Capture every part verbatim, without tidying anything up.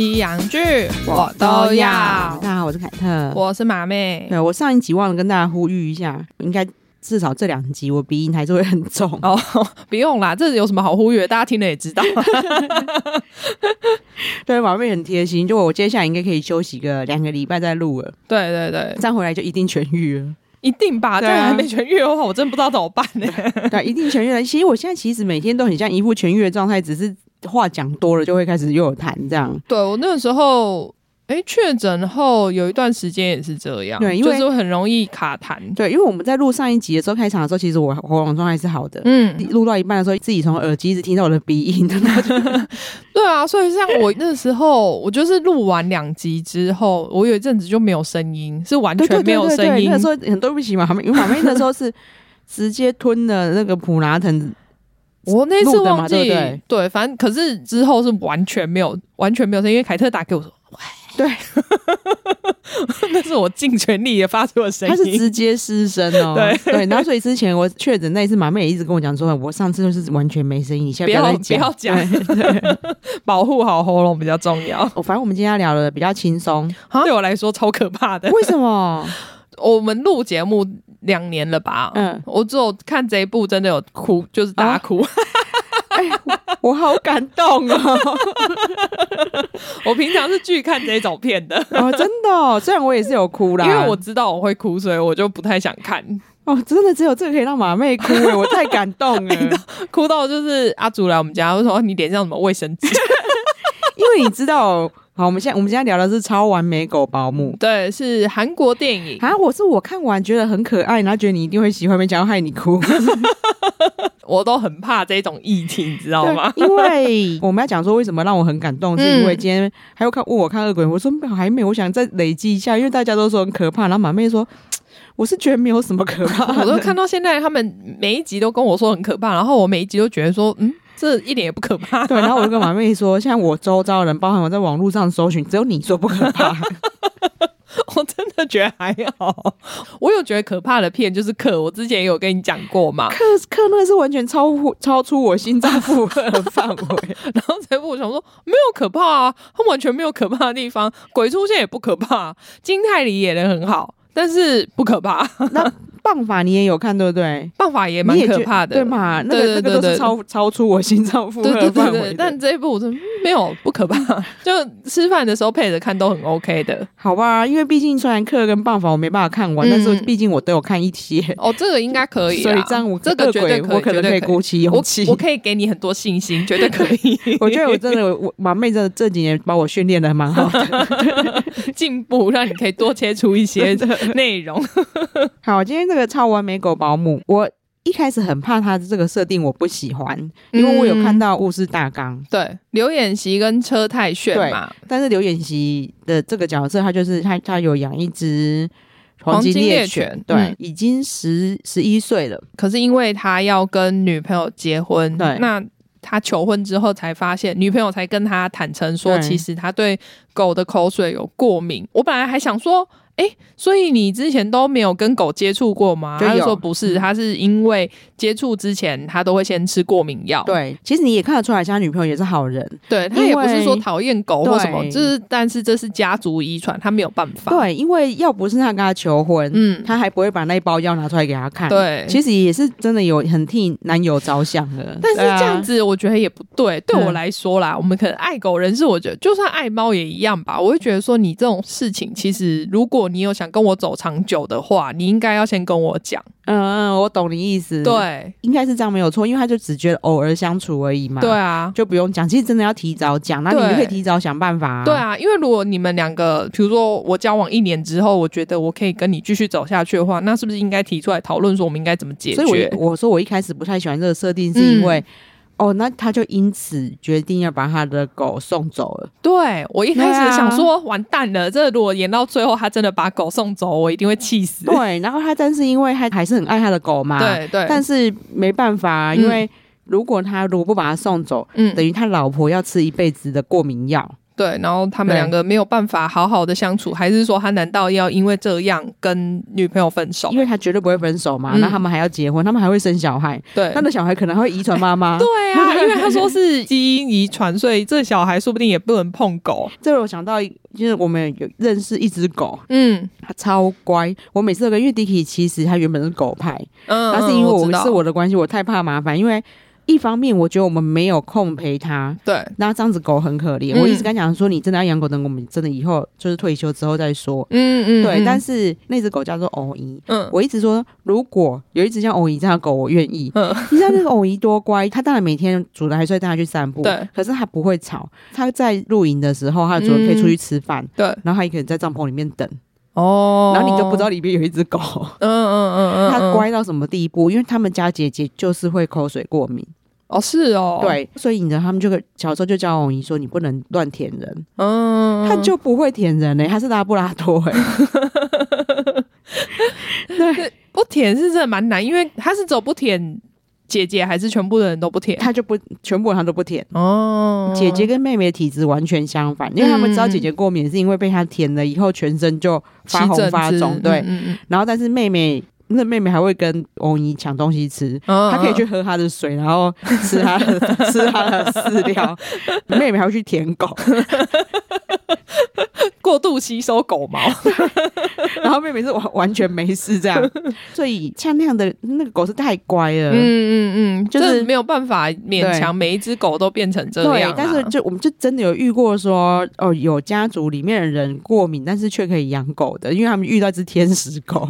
西洋剧我都要。 大家好，我是凯特， 我是马妹。 对，我上一集忘了跟大家呼吁一下，应该至少这两集我鼻音还是会很重哦。不用啦，这有什么好呼吁的，大家听了也知道。 对，马妹很贴心，就我接下来应该可以休息个两个礼拜再录了。 对对对， 这样回来就一定痊愈了。 一定吧，这、啊、还没痊愈的话我真不知道怎么办呢。 对，一定痊愈了。其实我现在其实每天都很像一副痊愈的状态，只是话讲多了就会开始又有痰这样。 对，我那个时候哎，确诊后有一段时间也是这样， 对，因为就是很容易卡痰。 对，因为我们在录上一集的时候，开场的时候，其实我喉咙状态是好的。 嗯， 录到一半的时候，自己从耳机一直听到我的鼻音。 对啊，所以像我那时候，我就是录完两集之后，我有一阵子就没有声音，是完全没有声音。对对对对， 那时候很对不起嘛，因为马妹那时候是直接吞了那个普拿疼。 我那次忘记， 对不对？ 对，反正可是之后是完全没有，完全没有声音，因为凯特打给我说。 对， 那是我尽全力的发出的声音， 他是直接失声哦。对对，然后所以之前我确诊那一次，马妹也一直跟我讲说，我上次就是完全没声音，你现在不要再讲， 不要讲，保护好喉咙比较重要。 哦，反正我们今天要聊的比较轻松， 对我来说超可怕的。 为什么？ 我们录节目两年了吧？嗯，我只有看这一部真的有哭，就是大哭。啊哎、我好感动哦！ 我平常是拒看这种片的哦，真的哦。虽然我也是有哭啦， 因为我知道我会哭，所以我就不太想看。 哦，真的只有这个可以让马妹哭耶，我太感动了， 哭到就是阿祖来我们家，我说你脸上什么卫生纸？ 因为你知道。好，我们现在我们现在聊的是超完美狗保姆， 对，是韩国电影啊。我是我看完觉得很可爱，然后觉得你一定会喜欢，没想到害你哭。 我都很怕这种议题，你知道吗？ 因为我们要讲说为什么让我很感动，是因为今天还有看问我看恶鬼，我说还没，我想再累积一下，因为大家都说很可怕，然后马妹说。我是觉得没有什么可怕的， 我都看到现在他们每一集都跟我说很可怕，然后我每一集都觉得说嗯这一点也不可怕。 对，然后我就跟马妹说，现在我周遭的人包含我在网络上搜寻，只有你说不可怕。 我真的觉得还好，我有觉得可怕的片就是克，我之前也有跟你讲过嘛， 克克那个是完全超乎超出我心脏负荷的范围。 然后这部我想说没有可怕啊，它完全没有可怕的地方，鬼出现也不可怕，金泰梨演得很好。但是不可怕。 那棒法你也有看对不对？ 棒法也蛮可怕的， 对嘛？那个那个都是超超出我心脏负荷的范围。对对对， 但这一部我真没有不可怕，就吃饭的时候配着看都很 OK 的。 好吧，因为毕竟虽然克跟棒法我没办法看完，嗯、但是毕竟我都有看一些。 哦，这个应该可以， 所以这样我这个绝对可以， 我可能可以鼓起勇气。 我可以给你很多信心，绝对可以。 我觉得我真的，我马妹真的这几年把我训练的蛮好的， 进步让你可以多切出一些内容。 好，今天这个超完美狗保姆，我一开始很怕他的这个设定，我不喜欢，因为我有看到故事大纲、嗯， 对，刘演熙跟车太铉嘛， 但是刘演熙的这个角色，他就是他他有养一只黄金猎犬，对，嗯、已经十十一岁了， 可是因为他要跟女朋友结婚，对，那他求婚之后才发现，女朋友才跟他坦诚说，其实他对狗的口水有过敏。我本来还想说。哎，所以你之前都没有跟狗接触过吗？他就说不是，他是因为接触之前他都会先吃过敏药。 对，其实你也看得出来，像他女朋友也是好人， 对他也不是说讨厌狗或什么，就是但是这是家族遗传，他没有办法。 对，因为要不是他跟他求婚，嗯，他还不会把那一包药拿出来给他看。对，其实也是真的有很替男友着想的。 但是这样子我觉得也不对，对我来说啦，我们可能爱狗人士，我觉得就算爱猫也一样吧。我会觉得说，你这种事情其实如果你有想跟我走长久的话，你应该要先跟我讲。 嗯，我懂你意思。对，应该是这样没有错，因为他就只觉得偶尔相处而已嘛。对啊，就不用讲。其实真的要提早讲，那你就可以提早想办法、啊。 对啊，因为如果你们两个，比如说我交往一年之后，我觉得我可以跟你继续走下去的话，那是不是应该提出来讨论说我们应该怎么解决？ 所以我我说我一开始不太喜欢这个设定，是因为。嗯哦，那他就因此决定要把他的狗送走了。 对，我一开始想说、啊、完蛋了，这如果演到最后他真的把狗送走，我一定会气死。 对，然后他但是因为他还是很爱他的狗嘛，对对，但是没办法，因为如果他如果不把他送走，嗯，等于他老婆要吃一辈子的过敏药。 对，然后他们两个没有办法好好的相处，还是说他难道要因为这样跟女朋友分手？ 因为他绝对不会分手嘛，那、嗯、他们还要结婚，他们还会生小孩，对，他的小孩可能还会遗传妈妈。 对啊，因为他说是基因遗传，所以这小孩说不定也不能碰狗。 这我想到就是我们有认识一只狗，嗯，它超乖。我每次都跟，因为 Dicky 其实他原本是狗派，嗯，但是因为我是我的关系，我太怕麻烦，因为一方面我觉得我们没有空陪他，对，那这样子狗很可怜、嗯、我一直跟他讲说你真的要养狗，等我们真的以后就是退休之后再说，嗯嗯，对，但是那只狗叫做偶姨，嗯，我一直说如果有一只像偶姨这样的狗我愿意，嗯，你知道那个偶姨多乖，它当然每天主人还是会带它去散步，对，可是它不会吵，它在露营的时候它的主人可以出去吃饭、嗯，对，然后它也可以在帐篷里面等哦，然后你都不知道里面有一只狗，嗯嗯嗯嗯，它乖到什么地步？因为他们家姐姐就是会口水过敏， 哦是哦， 对，所以你知道他们就小时候就教偶姨说你不能乱舔人，嗯，他就不会舔人嘞、欸，他是拉布拉多哎、欸， 对，不舔是真的蛮难，因为他是走不舔。姐姐还是全部的人都不舔， 他就不全部人他都不舔哦。姐姐跟妹妹的体质完全相反，因为他们知道姐姐过敏是因为被他舔了以后全身就发红发肿，对、嗯嗯嗯，然后但是妹妹那妹妹还会跟欧姨抢东西吃，哦、她可以去喝她的水，然后吃她的吃她的饲料，妹妹还会去舔狗。 过度吸收狗毛然后妹妹是完完全没事这样，所以像那样的那个狗是太乖了，嗯嗯嗯，就是没有办法勉强每一只狗都变成这样、啊、 对，但是就我们就真的有遇过说哦，有家族里面的人过敏但是却可以养狗的，因为他们遇到一只天使狗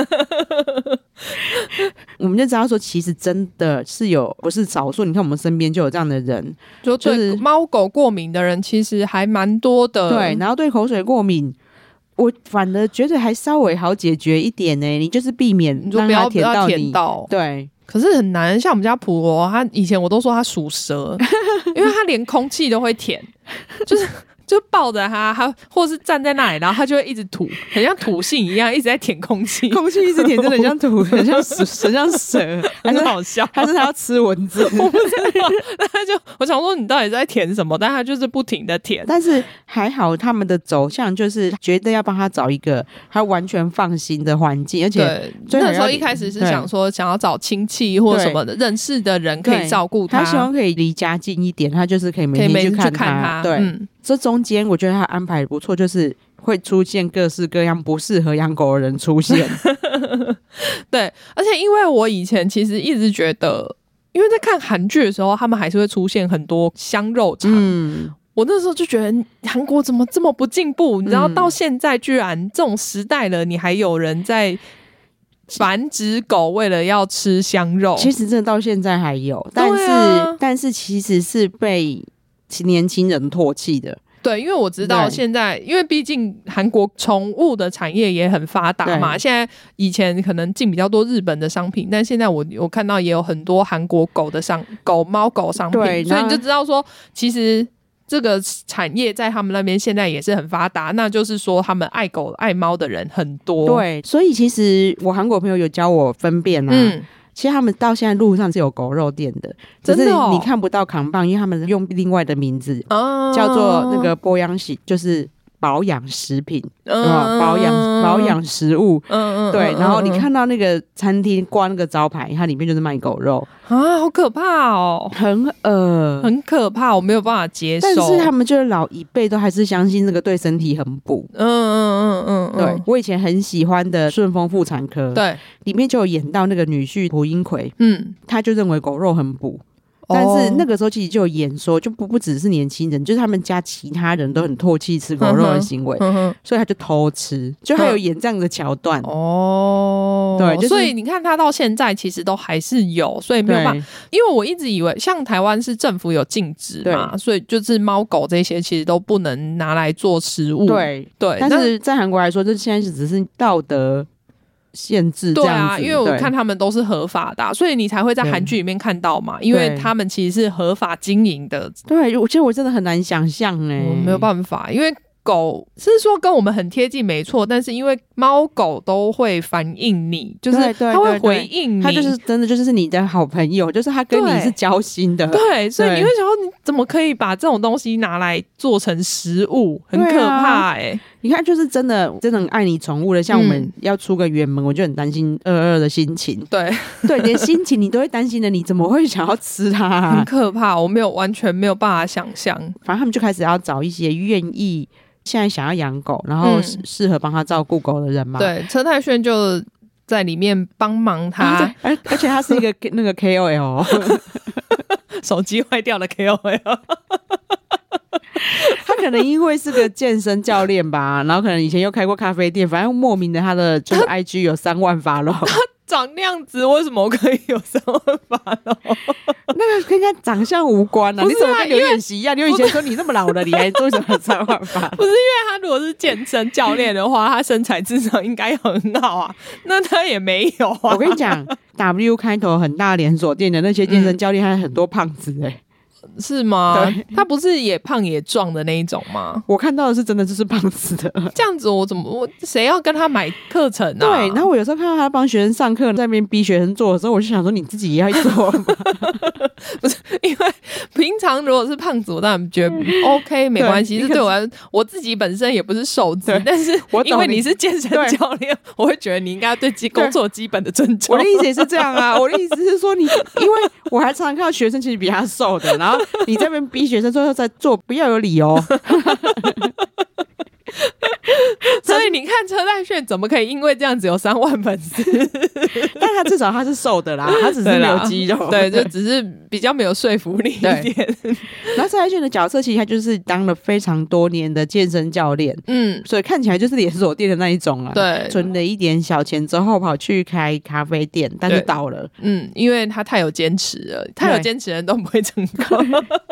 我们就知道说其实真的是有不是少数，你看我们身边就有这样的人， 就对猫狗过敏的人其实还蛮多的， 对，然后对口水过敏我反而觉得还稍微好解决一点呢、欸，你就是避免让它舔到你， 舔到， 对， 可是很难。像我们家普罗，他以前我都说他属蛇，因为他连空气都会舔，就是就抱着他，他或是站在那里，然后他就会一直吐，很像吐信一样，一直在舔空气， 空气一直舔，真的很像吐，很像蛇，很像蛇， 还是好笑， 还是他要吃蚊子？我不知道。那他就我想说，你到底在舔什么？但他就是不停的舔。 但是还好，他们的走向就是觉得要帮他找一个他完全放心的环境，而且那时候一开始是想说想要找亲戚或什么的认识的人可以照顾他， 他希望可以离家近一点，他就是可以每天去看 他, 看他对。嗯，这中间我觉得他安排不错，就是会出现各式各样不适合养狗的人出现对，而且因为我以前其实一直觉得，因为在看韩剧的时候他们还是会出现很多香肉场、嗯、我那时候就觉得韩国怎么这么不进步，你知道到现在居然这种时代了你还有人在繁殖狗为了要吃香肉， 其实真的到现在还有，但是、啊、但是其实是被年轻人唾弃的。 对，因为我知道现在因为毕竟韩国宠物的产业也很发达嘛，现在以前可能进比较多日本的商品，但现在我我看到也有很多韩国狗的商狗猫狗商品，所以你就知道说其实这个产业在他们那边现在也是很发达，那就是说他们爱狗爱猫的人很多。 对，所以其实我韩国朋友有教我分辨啊、嗯，其实他们到现在路上是有狗肉店的，只是你看不到扛棒，因为他们用另外的名字、哦、叫做那个保养食，就是保养食品，嗯，保养保养食物，嗯嗯，对，然后你看到那个餐厅挂那个招牌，它里面就是卖狗肉啊，好可怕哦， 很恶， 很可怕，我没有办法接受。 但是他们就是老一辈都还是相信那个对身体很补，嗯嗯嗯嗯，对，我以前很喜欢的顺丰妇产科，对，里面就有演到那个女婿朴英奎，嗯，他就认为狗肉很补。但是那个时候其实就有演说，就不不只是年轻人，就是他们家其他人都很唾弃吃狗肉的行为，嗯嗯、所以他就偷吃，就还有演这样的桥段。哦，对、就是， 所以你看他到现在其实都还是有，所以没有办法。因为我一直以为像台湾是政府有禁止嘛，所以就是猫狗这些其实都不能拿来做食物。对对， 但是在韩国来说，这现在是只是道德限制这样子，对啊， 因为我看他们都是合法的、啊，所以你才会在韩剧里面看到嘛，因为他们其实是合法经营的。 对，我觉得我真的很难想象哎、欸， 我没有办法，因为狗是说跟我们很贴近没错，但是因为猫狗都会反应你，就是它会回应你， 它就是真的就是你的好朋友，就是它跟你是交心的。 对，所以你会想说你怎么可以把这种东西拿来做成食物，很可怕哎、欸啊。 你看，就是真的真的很爱你宠物的，像我们要出个远门，嗯、我就很担心二二的心情。 对对，连心情你都会担心的，你怎么会想要吃它、啊？ 很可怕，我没有完全没有办法想象。 反正他们就开始要找一些愿意现在想要养狗，然后适合帮他照顾狗的人嘛。 对，车太铉就在里面帮忙他， 啊、而而且他是一个那个 K O L， 手机坏掉的 K O L。 他可能因为是个健身教练吧，然后可能以前又开过咖啡店，反正莫名的他的就是 I G 有三万发了。 他长那样子，为什么可以有三万发了？ 那个跟他长相无关啊！你怎么跟刘演习一样？刘以前说你那么老了，你还做什么三万发？ 不是因为他如果是健身教练的话，他身材至少应该很好啊。那他也没有啊。 我跟你讲 ，W 开头很大连锁店的那些健身教练，还有很多胖子哎、欸。 是吗？他不是也胖也壮的那一种吗？ 我看到的是真的就是胖子的。 这样子我怎么我谁要跟他买课程啊？ 对，然后我有时候看到他帮学生上课，在那边逼学生做的时候，我就想说你自己也要做吗？ 不是，因为平常如果是胖子，我当然觉得 OK 没关系。是对我来，我自己本身也不是瘦子，但是因为你是健身教练，我会觉得你应该对工作基本的尊重。 我的意思也是这样啊，我的意思是说你，因为我还常常看到学生其实比他瘦的，然后你这边逼学生最后再做，不要有理由。 所以你看车太铉怎么可以因为这样子有三万粉丝？ 但他至少他是瘦的啦，他只是没有肌肉， 对，就只是比较没有说服力一点。 然后车太铉的角色其实他就是当了非常多年的健身教练，嗯，所以看起来就是连锁店的那一种啊。 对， 存了一点小钱之后跑去开咖啡店，但是倒了。 嗯，因为他太有坚持了，太有坚持的人都不会成功。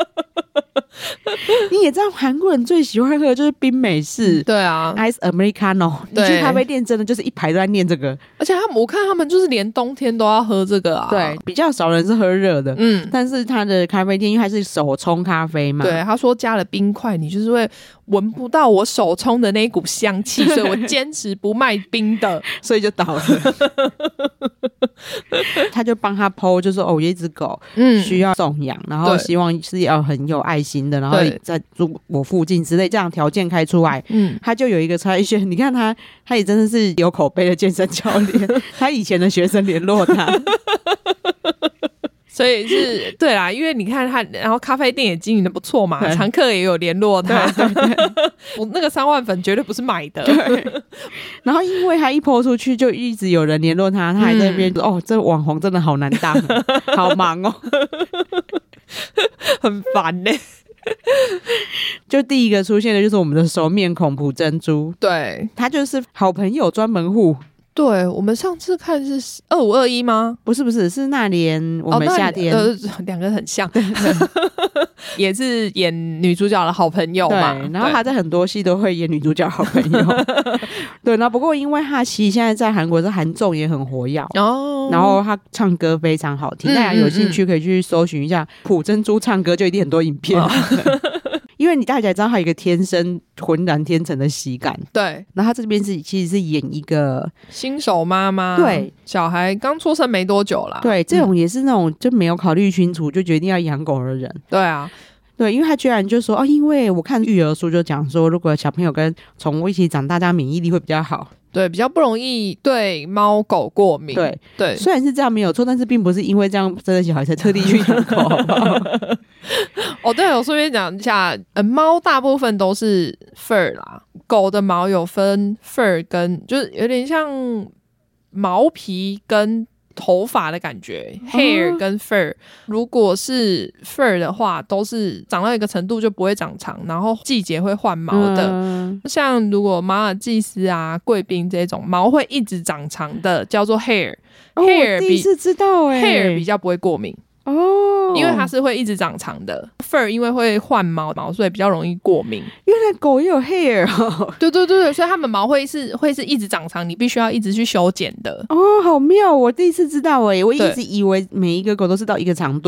你也知道韩国人最喜欢喝的就是冰美式， 对啊 ，Ice Americano。你去咖啡店真的就是一排都在念这个， 而且他们我看他们就是连冬天都要喝这个啊。 对，比较少人是喝热的，嗯，但是他的咖啡店因为它是手冲咖啡嘛， 对，他说加了冰块，你就是会闻不到我手冲的那一股香气，所以我坚持不卖冰的， 所以就倒了。他就帮他 po 就说哦，有一只狗需要送养，然后希望是要很有爱心的，然后在住我附近之类，这样条件开出来，嗯，他就有一个筛选。你看他，他也真的是有口碑的健身教练，他以前的学生联络他。 所以是对啦，因为你看他，然后咖啡店也经营的不错嘛，常客也有联络他。对对对，我那个三万粉绝对不是买的。 对，然后因为他一 po 出去，就一直有人联络他，他还在那边、嗯、哦，这网红真的好难当，好忙哦， 很烦呢、欸。 就第一个出现的就是我们的熟面孔朴珍珠， 对， 他就是好朋友专门户。 对，我们上次看是二五二一吗？ 不是不是，是那年我们夏天， 哦、呃，两个很像，也是演女主角的好朋友嘛。 对，然后他在很多戏都会演女主角好朋友。对，然后不过因为他其实现在在韩国是韩综也很活跃哦，然后他唱歌非常好听，嗯、大家有兴趣可以去搜寻一下朴珍珠唱歌，就一定很多影片。哦因为你大家知道他有一个天生浑然天成的喜感， 对。 然后他这边是其实是演一个新手妈妈， 对， 小孩刚出生没多久啦， 对，这种也是那种就没有考虑清楚就决定要养狗的人， 对啊。 对，因为他居然就说哦，因为我看育儿书就讲说，如果小朋友跟宠物一起长大，大家免疫力会比较好。 对，比较不容易对猫狗过敏。对对， 虽然是这样没有错，但是并不是因为这样生了小孩才特地去养狗，好不好？ 哦，对，我顺便讲一下，呃，猫大部分都是 fur 啦，狗的毛有分 fur 跟就是有点像毛皮跟头发的感觉、哦、hair 跟 fur， 如果是 fur 的话都是长到一个程度就不会长长，然后季节会换毛的、嗯、像如果马尔济斯啊贵宾这种毛会一直长长的叫做 hair、 哦、hair 比我第一次知道耶 hair 比较不会过敏哦，因为它是会一直长长的 fur 因为会换毛毛所以比较容易过敏。 原来狗也有 hair 哦。 对对对对，所以它们毛会是会是一直长长，你必须要一直去修剪的。 哦，好妙，我第一次知道耶，我一直以为每一个狗都是到一个长度。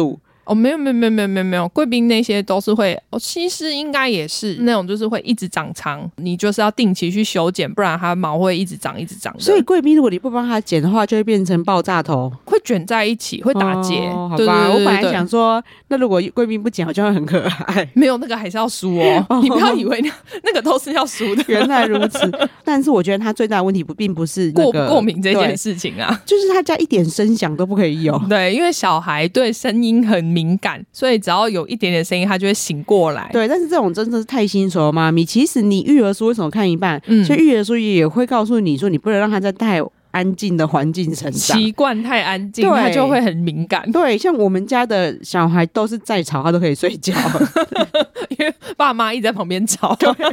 哦，没有没有没有没有没有没有，贵宾那些都是会，哦，西施应该也是那种，就是会一直长长，你就是要定期去修剪，不然它毛会一直长一直长的。 所以贵宾如果你不帮它剪的话，就会变成爆炸头， 会卷在一起，会打结。 哦、好吧，对对对对，我本来想说，那如果贵宾不剪，好像会很可爱。 没有，那个还是要梳哦，哦你不要以为那那个都是要梳的。 原来如此，但是我觉得它最大的问题不并不是、那个、 过不过敏这件事情啊， 就是他家一点声响都不可以有。 对，因为小孩对声音很敏感，所以只要有一点点声音，他就会醒过来。 对，但是这种真的是太新手的妈咪。其实你育儿书为什么看一半？嗯，所以育儿书也会告诉你说，你不能让他在太安静的环境成长， 习惯太安静，他就会很敏感。 对，像我们家的小孩都是再吵他都可以睡觉， 因为爸妈一直在旁边吵。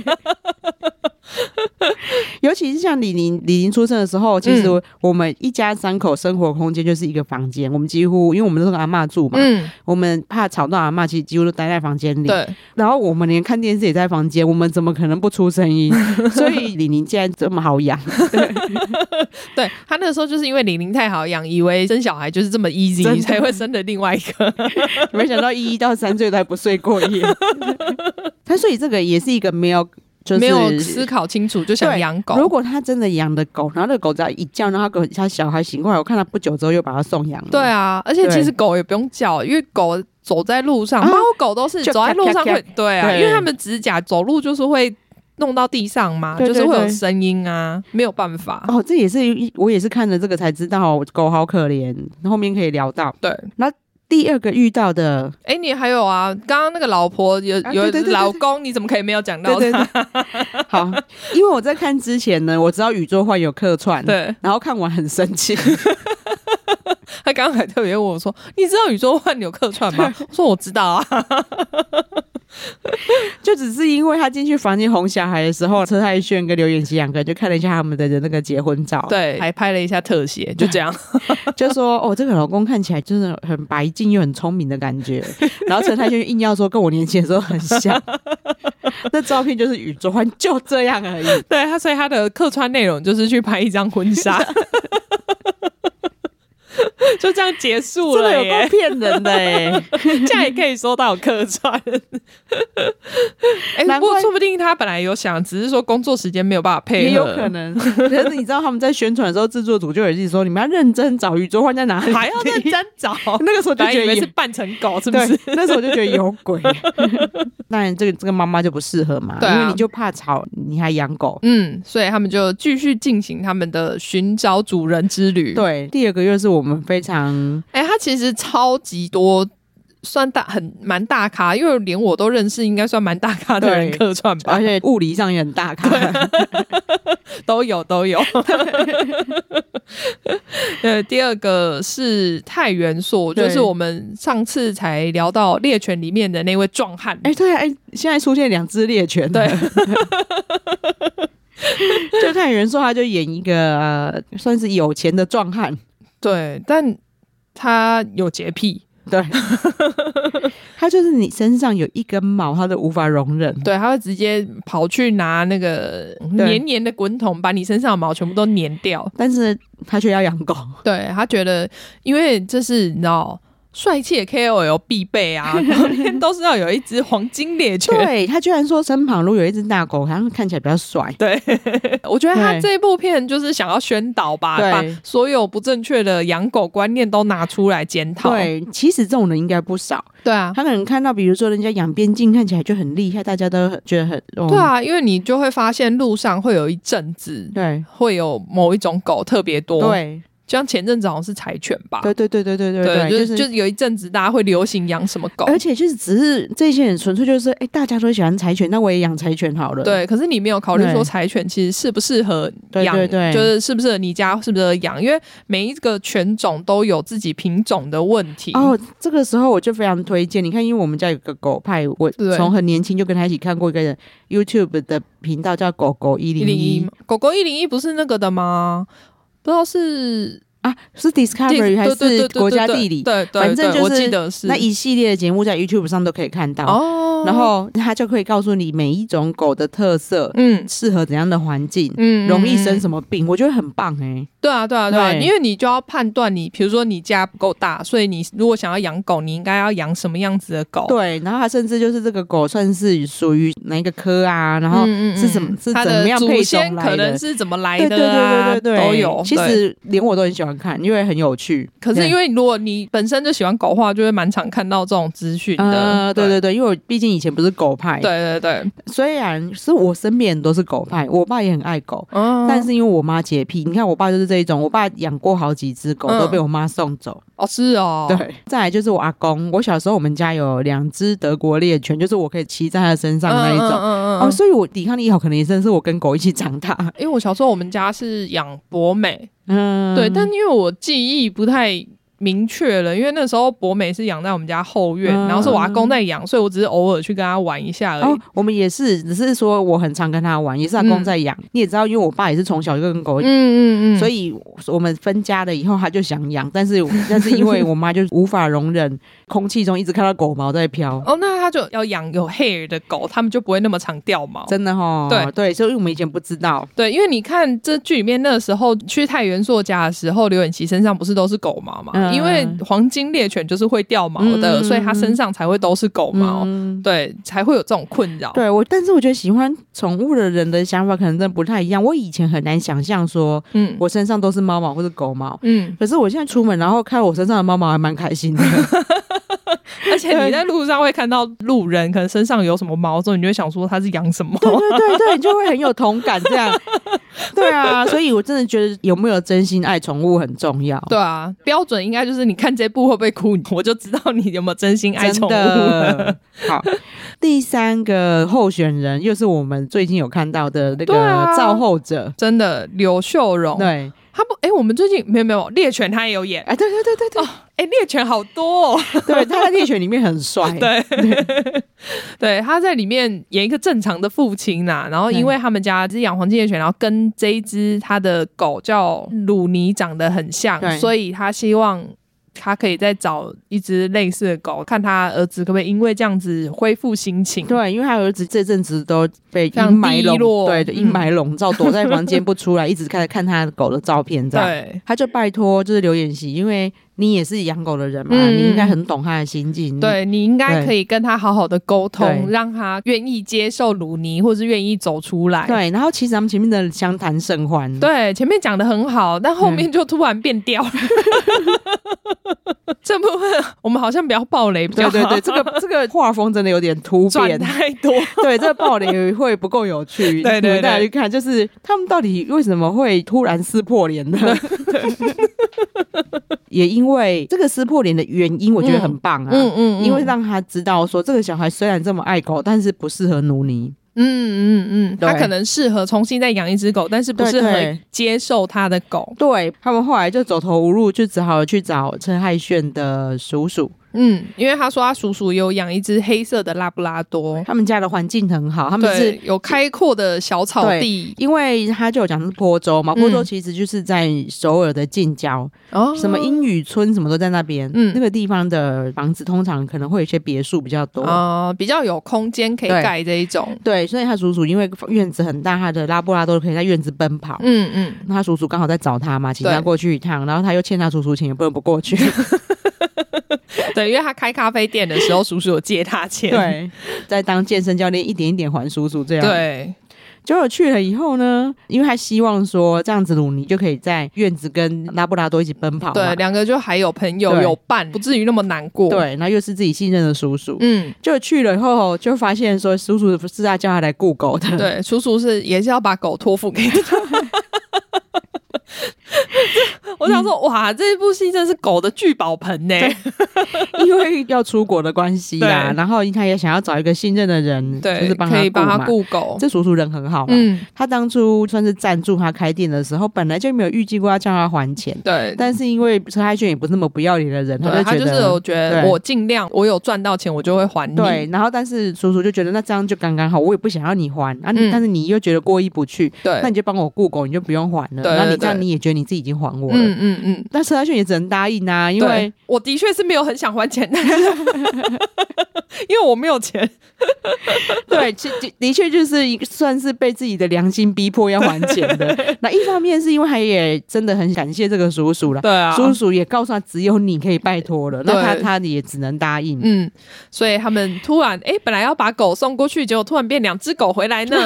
尤其是像李玲李玲出生的时候，其实我们一家三口生活空间就是一个房间，我们几乎因为我们都跟阿嬷住嘛，嗯，我们怕吵到阿嬷，其实几乎都待在房间里。对，然后我们连看电视也在房间，我们怎么可能不出声音？所以李玲既然这么好养，对, 对他那个时候就是因为李玲太好养，以为生小孩就是这么 easy 才会生的另外一个， 没想到一一到三岁都还不睡过夜。他所以这个也是一个没有。就是、 没有思考清楚就想养狗。 如果他真的养的狗，然后那个狗只要一叫，然后他他小孩醒过来，我看他不久之后又把他送养了。 对啊，而且其实狗也不用叫，因为狗走在路上，包括狗都是走在路上会，对啊，因为他们指甲走路就是会弄到地上嘛，对对对，就是会有声音啊，没有办法。 哦，这也是我也是看了这个才知道，狗好可怜。后面可以聊到， 对， 那。第二个遇到的， 哎、欸，你还有啊？刚刚那个老婆有、啊、有老公，你怎么可以没有讲到他？对对对好，因为我在看之前呢，我知道宇宙幻有客串，对，然后看完很生气。 他刚刚还特别问我说：“你知道宇宙幻有客串吗？”我说：“我知道啊。” 就只是因为他进去房间哄小孩的时候，车太铉跟刘演熙两个人就看了一下他们的那个结婚照， 对，还拍了一下特写，就这样， 就说：“哦，这个老公看起来真的很白净又很聪明的感觉。”然后车太铉硬要说跟我年轻的时候很像，那照片就是宇宙幻就这样而已。 对他，所以他的客串内容就是去拍一张婚纱。就这样结束了耶， 真的有够骗人的耶这样也可以说到有客串哎、欸，不过说不定他本来有想，只是说工作时间没有办法配合， 也有可能。可是你知道他们在宣传的时候，制作组就有自己说，你们要认真找宇宙幻在哪里， 还要认真找。 那个时候就觉得以为是扮成狗，是不是？ 那时候我就觉得有鬼。当然，这个这个妈妈就不适合嘛，对啊，因为你就怕吵，你还养狗， 嗯，所以他们就继续进行他们的寻找主人之旅。 对，第二个又是我们非常， 哎、欸，他其实超级多。算大很蛮大咖，因为连我都认识，应该算蛮大咖的人客串吧， 而且物理上也很大咖， 都有都有。呃，第二个是太元朔，就是我们上次才聊到猎犬里面的那位壮汉。 哎、欸，对啊，哎、欸，现在出现两只猎犬， 对。 就太元朔，他就演一个、呃、算是有钱的壮汉， 对，但他有洁癖。 对，他就是你身上有一根毛，他都无法容忍。 对，他会直接跑去拿那个黏黏的滚筒，把你身上的毛全部都黏掉。 但是他却要养狗， 对，他觉得，因为这是你知道。帅气的 K O L 必备啊，旁边都是要有一只黄金猎犬。 对，他居然说身旁如果有一只大狗，好像看起来比较帅。 对，我觉得他这部片就是想要宣导吧，把所有不正确的养狗观念都拿出来检讨。 对，其实这种人应该不少。 对啊， 他可能看到比如说人家养边境看起来就很厉害，大家都觉得很、哦、 对啊，因为你就会发现路上会有一阵子，对，会有某一种狗特别多。对。就像前阵子好像是柴犬吧， 对对对对对对对, 对，就是、就是有一阵子大家会流行养什么狗， 而且就是只是这些人纯粹就是哎、欸，大家都喜欢柴犬，那我也养柴犬好了。 对，可是你没有考虑说柴犬其实适不适合养，对对对，就是适不适合你家适不适合养，因为每一个犬种都有自己品种的问题。 哦，这个时候我就非常推荐你看，因为我们家有个狗派，我从很年轻就跟他一起看过一个 YouTube 的频道叫狗狗一零一， 狗狗一零一不是那个的吗？不知道是啊，是 Discovery 还是国家地理？ 对对， 反正就是我记得是那一系列的节目在 YouTube 上都可以看到哦。然后他就可以告诉你每一种狗的特色，嗯，适合怎样的环境，嗯，容易生什么病，我觉得很棒哎、欸。 对啊，对啊，对啊，因为你就要判断你，比如说你家不够大，所以你如果想要养狗，你应该要养什么样子的狗？ 对，然后他甚至就是这个狗算是属于哪一个科啊，然后是什么、嗯嗯、是怎么样配种来的， 可能是怎么来的、啊， 对对对对对对， 都有。 其实连我都很喜欢看，因为很有趣。 可是因为如果你本身就喜欢狗的话，就会蛮常看到这种资讯的。 呃，对对对，因为我毕竟以前不是狗派， 对对对。 虽然是我身边人都是狗派，我爸也很爱狗，嗯、但是因为我妈洁癖，你看我爸就是这一种，我爸养过好几只狗、嗯、都被我妈送走。 哦，是哦。 对，再来就是我阿公，我小时候我们家有两只德国猎犬，就是我可以骑在他身上的那一种。嗯嗯嗯嗯哦，所以我抵抗力好，可能也真的是我跟狗一起长大。 因为我小时候我们家是养博美，嗯，对，但因为我记忆不太明确了，因为那时候博美是养在我们家后院、嗯、然后是我阿公在养，所以我只是偶尔去跟他玩一下而已、哦、 我们也是，只是说我很常跟他玩，也是阿公在养、嗯、你也知道因为我爸也是从小就跟狗，嗯嗯嗯，所以我们分家了以后他就想养，但是但是因为我妈就无法容忍空气中一直看到狗毛在飘哦，那他就要养有 hair 的狗，他们就不会那么常掉毛， 真的齁，对对，所以我们以前不知道， 对，因为你看这剧里面那个时候去太原朔家的时候，刘演琪身上不是都是狗毛嘛、嗯、因为黄金猎犬就是会掉毛的、嗯、所以他身上才会都是狗毛、嗯、对，才会有这种困扰。 对，我但是我觉得喜欢宠物的人的想法可能真的不太一样，我以前很难想象说嗯，我身上都是猫毛或者狗毛，嗯，可是我现在出门然后看我身上的猫毛还蛮开心的而且你在路上会看到路人可能身上有什么毛之后，你就会想说他是养什么， 对对对对，你就会很有同感这样对啊，所以我真的觉得有没有真心爱宠物很重要。 对啊，标准应该就是你看这部会不会哭，我就知道你有没有真心爱宠物了。 好，第三个候选人又是我们最近有看到的那个造后者、啊、 真的柳秀荣，对，他不，哎、欸，我们最近没有没有猎犬，他也有演， 哎，对对对对对， 哦，哎、欸，猎犬好多哦， 对，他在猎犬里面很帅， 对对对，他在里面演一个正常的父亲呐、啊，然后因为他们家是养黄金猎犬，然后跟这一只他的狗叫鲁尼长得很像，所以他希望他可以再找一只类似的狗，看他儿子可不可以因为这样子恢复心情。 对，因为他儿子这阵子都被阴霾笼，对，阴霾笼罩，躲在房间不出来，一直看看他的狗的照片这样。对，他就拜托就是刘演熙，因为你也是养狗的人嘛、嗯、你应该很懂他的心境， 对，你应该可以跟他好好的沟通，让他愿意接受鲁尼，或是愿意走出来。 对，然后其实他们前面的相谈甚欢， 对，前面讲得很好，但后面就突然变调了、嗯、这部分我们好像不要爆雷比较好。 对对对，这个这个画风真的有点突变， 转太多对，这个爆雷会不够有趣对对对，大家去看就是他们到底为什么会突然撕破脸呢？也因为这个撕破脸的原因我觉得很棒啊，嗯嗯嗯，因为让他知道说这个小孩虽然这么爱狗，但是不适合努尼， 嗯嗯嗯，他可能适合重新再养一只狗，但是不适合接受他的狗。 对，他们后来就走投无路，就只好去找陈海炫的叔叔。 嗯，因为他说他叔叔有养一只黑色的拉布拉多， 他们家的环境很好，他们是有开阔的小草地， 因为他就有讲是坡州嘛，坡州其实就是在首尔的近郊、嗯、什么英语村什么都在那边、嗯、那个地方的房子通常可能会有一些别墅比较多、 呃、比较有空间可以盖这一种。 对, 对，所以他叔叔因为院子很大，他的拉布拉多可以在院子奔跑，嗯嗯，他叔叔刚好在找他嘛，请他过去一趟，然后他又欠他叔叔钱，也不能不过去对，因为他开咖啡店的时候叔叔有借他钱， 对，在当健身教练一点一点还叔叔这样。 对， 结果去了以后呢，因为他希望说这样子鲁尼就可以在院子跟拉布拉多一起奔跑嘛， 对，两个就还有朋友有伴，不至于那么难过。 对，然后又是自己信任的叔叔，嗯，就去了以后就发现说叔叔是在叫他来顾狗的， 对，叔叔是也是要把狗托付给他我想说哇，这一部戏真是狗的聚宝盆呢因为要出国的关系啦，然后他也想要找一个信任的人，对，就是帮他顾嘛，可以帮他顾狗。这叔叔人很好嘛、嗯、他当初算是赞助他开店的时候本来就没有预计过要叫他还钱，对，但是因为车海轩也不是那么不要脸的人，他就觉得他就是有觉得我尽量我有赚到钱我就会还你， 对，然后但是叔叔就觉得那这样就刚刚好，我也不想要你还啊、嗯，但是你又觉得过意不去，对，那你就帮我顾狗，你就不用还了，对，然后你这样你也觉得你自己已经还我了、嗯嗯嗯嗯，但车太铉也只能答应啊，因为我的确是没有很想还钱的，因为我没有钱。 对，其的确就是算是被自己的良心逼迫要还钱的。那一方面是因为他也真的很感谢这个叔叔了， 对啊， 叔叔也告诉他只有你可以拜托了，那他他也只能答应。 嗯，所以他们突然哎、欸，本来要把狗送过去，结果突然变两只狗回来呢。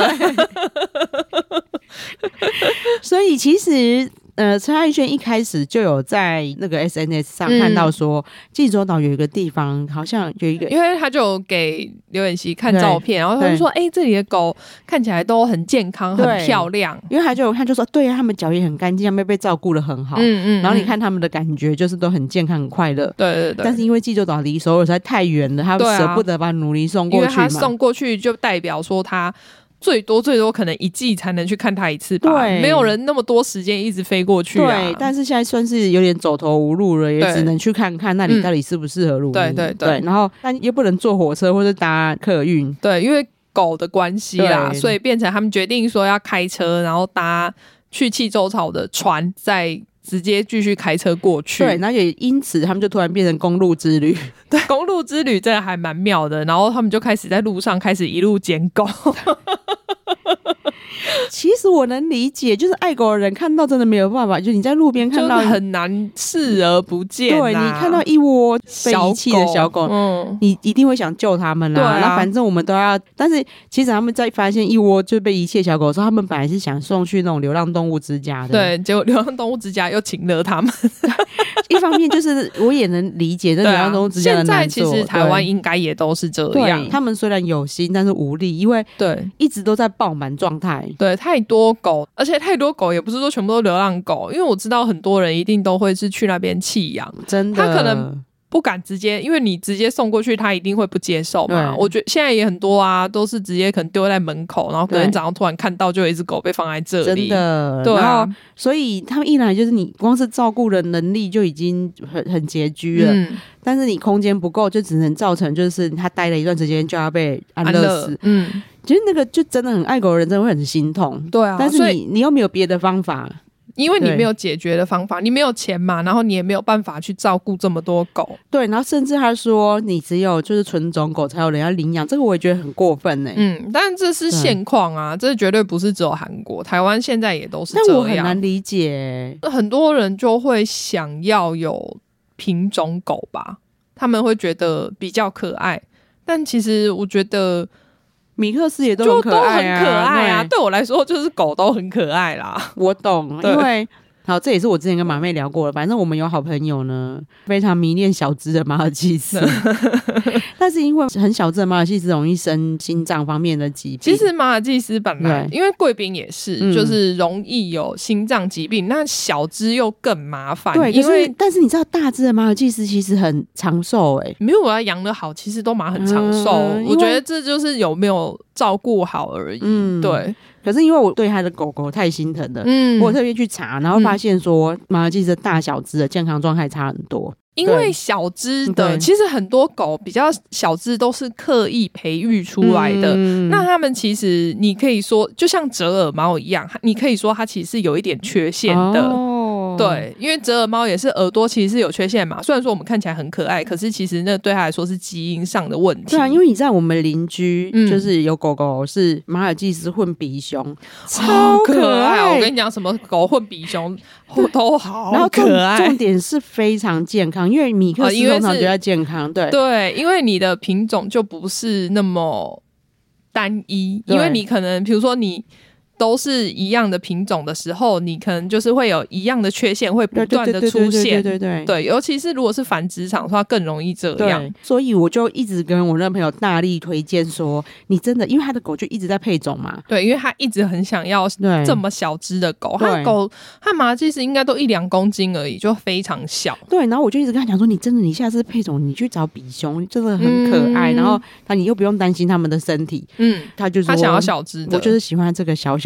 所以其实呃，车太铉一开始就有在那个 S N S 上看到说，济州岛有一个地方好像有一个， 因为他就给刘演熙看照片，然后他就说：“哎、欸，这里的狗看起来都很健康，很漂亮。” 因为他就他就说：“对啊，他们脚也很干净，他们被照顾得很好。”嗯嗯。然后你看他们的感觉就是都很健康、很快乐。 对对对。 但是因为济州岛离首尔实在太远了，他舍不得把努力送过去嘛。 因为他送过去就代表说他。最多最多可能一季才能去看他一次吧，没有人那么多时间一直飞过去啊。 对，但是现在算是有点走投无路了，也只能去看看那里到底适不适合露营。对对 对, 对，然后但又不能坐火车或者搭客运， 对，因为狗的关系啦，所以变成他们决定说要开车，然后搭去济州岛的船，再直接继续开车过去。 对，然后也因此他们就突然变成公路之旅。 对，公路之旅真的还蛮妙的。然后他们就开始在路上开始一路捡狗。 其实我能理解，就是爱狗的人看到真的没有办法，就是你在路边看到很难视而不见、啊。 对，你看到一窝被遗弃的小狗，嗯，你一定会想救他们啦。那、啊、反正我们都要，但是其实他们在发现一窝就被遗弃的小狗的时候，他们本来是想送去那种流浪动物之家的。 对，结果流浪动物之家又请了他们。 一方面就是我也能理解这流浪动物之家的难做。 现在其实台湾应该也都是这样， 他们虽然有心，但是无力，因为对一直都在爆满状态。 对，太多狗，而且太多狗也不是说全部都流浪狗，因为我知道很多人一定都会是去那边弃养， 真的， 他可能不敢直接，因为你直接送过去，他一定会不接受嘛。我觉得现在也很多啊，都是直接可能丢在门口，然后隔天早上突然看到就有一只狗被放在这里， 真的，对啊。然后所以他们一来就是你光是照顾的能力就已经很很拮据了、嗯，但是你空间不够，就只能造成就是他待了一段时间就要被安乐死，嗯。其实那个就真的很爱狗的人真的会很心痛， 对啊。 但是你你又没有别的方法， 因为你没有解决的方法，你没有钱嘛，然后你也没有办法去照顾这么多狗。 对，然后甚至他说你只有就是纯种狗才有人要领养，这个我也觉得很过分呢、欸。 嗯，但这是现况啊，这绝对不是只有韩国，台湾现在也都是这样。 但我很难理解， 很多人就会想要有品种狗吧，他们会觉得比较可爱，但其实我觉得。 米克斯也都很可爱啊， 就都很可爱啊！对我来说，就是狗都很可爱啦。 我懂，因为好，这也是我之前跟马妹聊过了。反正我们有好朋友呢，非常迷恋小只的马尔济斯，但是因为很小只的马尔济斯容易生心脏方面的疾病。 其实马尔济斯本来因为贵宾也是、嗯，就是容易有心脏疾病，那小只又更麻烦。 对，因为但是你知道，大只的马尔济斯其实很长寿哎、欸， 没有我要养得好，其实都马很长寿、嗯。我觉得这就是有没有照顾好而已。嗯，对。 可是因为我对他的狗狗太心疼了，嗯，我特别去查，然后发现说马尔济斯的大小只的健康状态差很多。 因为小只的，其实很多狗比较小只都是刻意培育出来的。嗯、那他们其实你可以说，就像折耳猫一样，你可以说它其实是有一点缺陷的。哦对，因为折耳猫也是耳朵其实是有缺陷嘛，虽然说我们看起来很可爱，可是其实那对它来说是基因上的问题。 对啊，因为你知道我们邻居就是有狗狗是马尔济斯混比熊，超可爱。 我跟你讲，什么狗混比熊都好可爱。 然后重点是非常健康，因为米克斯通常就要健康，对对，因为你的品种就不是那么单一，因为你可能比如说你。都是一样的品种的时候，你可能就是会有一样的缺陷会不断的出现，对对对对，尤其是如果是繁殖场的话，更容易这样。 所以我就一直跟我那朋友大力推荐说，你真的，因为他的狗就一直在配种嘛， 对，因为他一直很想要这么小只的狗，他的狗他马其实应该都一两公斤而已，就非常小。 对，然后我就一直跟他讲说，你真的，你下次配种，你去找比熊，真的很可爱，嗯、然后他你又不用担心他们的身体，嗯，他就说他想要小只的， 我就是喜欢这个小小。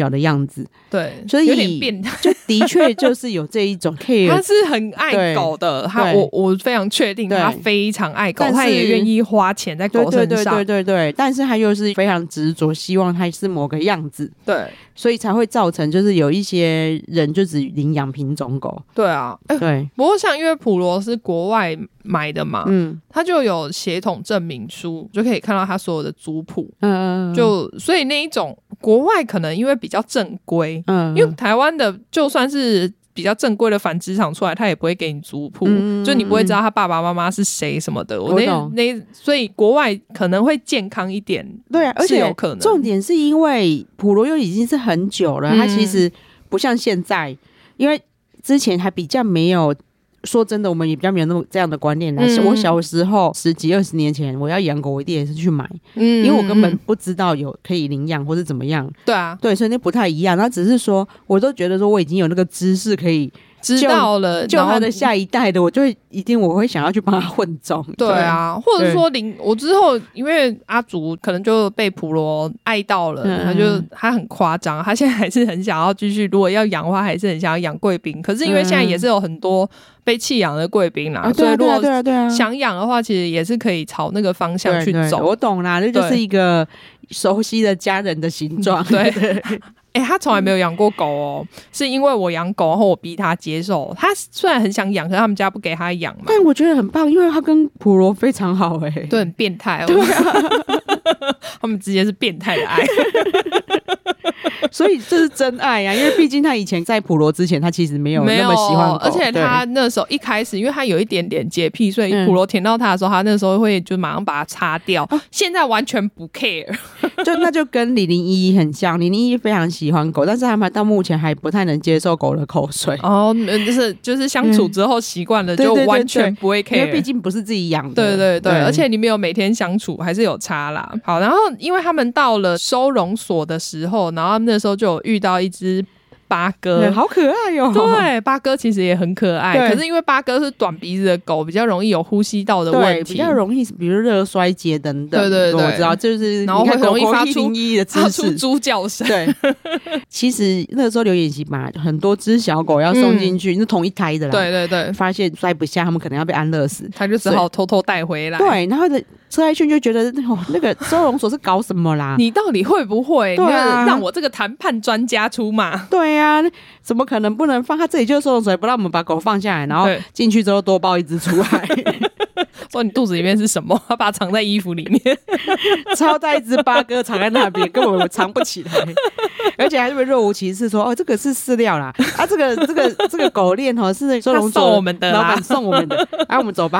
小的样子， 对， 所以有点变态， 就的确就是有这一种care 他是很爱狗的，他我我非常确定他非常爱狗，他也愿意花钱在狗身上，对对对对对对， 但是他又是非常执着，希望他是某个样子， 对， 所以才会造成就是有一些人就只领养品种狗。 对啊，欸、 对。 不过像因为普罗是国外买的嘛，嗯，他就有血统证明书，就可以看到他所有的族谱，嗯嗯，就所以那一种国外可能因为比较正规，嗯，因为台湾的就算是比较正规的繁殖场出来，他也不会给你族谱，嗯、就你不会知道他爸爸妈妈是谁什么的。我那那所以国外可能会健康一点， 对啊，而且有可能重点是因为普罗又已经是很久了，它、嗯、其实不像现在，因为之前还比较没有。说真的，我们也比较没有那么这样的观念啦。嗯、我小时候十几二十年前，我要养狗，我一定也是去买，嗯，因为我根本不知道有可以领养或是怎么样。 对啊， 对，所以那不太一样。那只是说，我都觉得说我已经有那个知识可以。 知道了， 就他的下一代的，我就会一定我会想要去帮他混种。 对啊，或者说领我之后，因为阿竹可能就被普罗爱到了，嗯、他就他很夸张，他现在还是很想要继续，如果要养的话，还是很想要养贵宾。可是因为现在也是有很多被弃养的贵宾啦， 嗯、 所以如果对啊对啊想养的话，其实也是可以朝那个方向去走。 对对对我懂啦，这就是一个熟悉的家人的形状。 对。哎、欸，他从来没有养过狗哦，是因为我养狗，然后我逼他接受。他虽然很想养，可是他们家不给他养嘛。 但我觉得很棒，因为他跟普罗非常好、欸，哎， 对，很变态。对啊，他们直接是变态的爱。 所以这是真爱呀、啊，因为毕竟他以前在普罗之前，他其实没有那么喜欢狗， 而且他那时候一开始，因为他有一点点洁癖，所以普罗舔到他的时候，他那时候会就马上把它擦掉。嗯、现在完全不 care， 就那就跟零零一一很像，零零一一非常喜欢狗，但是他们到目前还不太能接受狗的口水。 哦，就是就是相处之后习惯了，嗯、就完全不会 care， 因为毕竟不是自己养的。 对对 对, 對，而且你没有每天相处，还是有差啦。好，然后因为他们到了收容所的时候，然后他们那时候就有遇到一只八哥， 好可爱哦。 对，八哥其实也很可爱，可是因为八哥是短鼻子的狗，比较容易有呼吸道的问题， 比较容易比如热衰竭等等。 对对对， 我知道，就是然后会容易发出的发出猪叫声。 对，其实那个时候刘演习把很多只小狗要送进去，嗯、是同一胎的啦。 对对对， 发现摔不下，他们可能要被安乐死， 他就只好偷偷带回来。 对，然后的。车太铉就觉得、哦、那个收容所是搞什么啦？ 你到底会不会？对啊，让我这个谈判专家出马。 对啊，怎么可能不能放？他这里就是收容所，不让我们把狗放下来，然后进去之后多抱一只出来。 说你肚子里面是什么？他把它藏在衣服里面， 超大一只八哥藏在那边，根本藏不起来，而且还是若无其事说：“哦，这个是饲料啦，啊，这个这个这个狗链哦是收容所送我们的， 老板送我们的，啊，我们走吧。”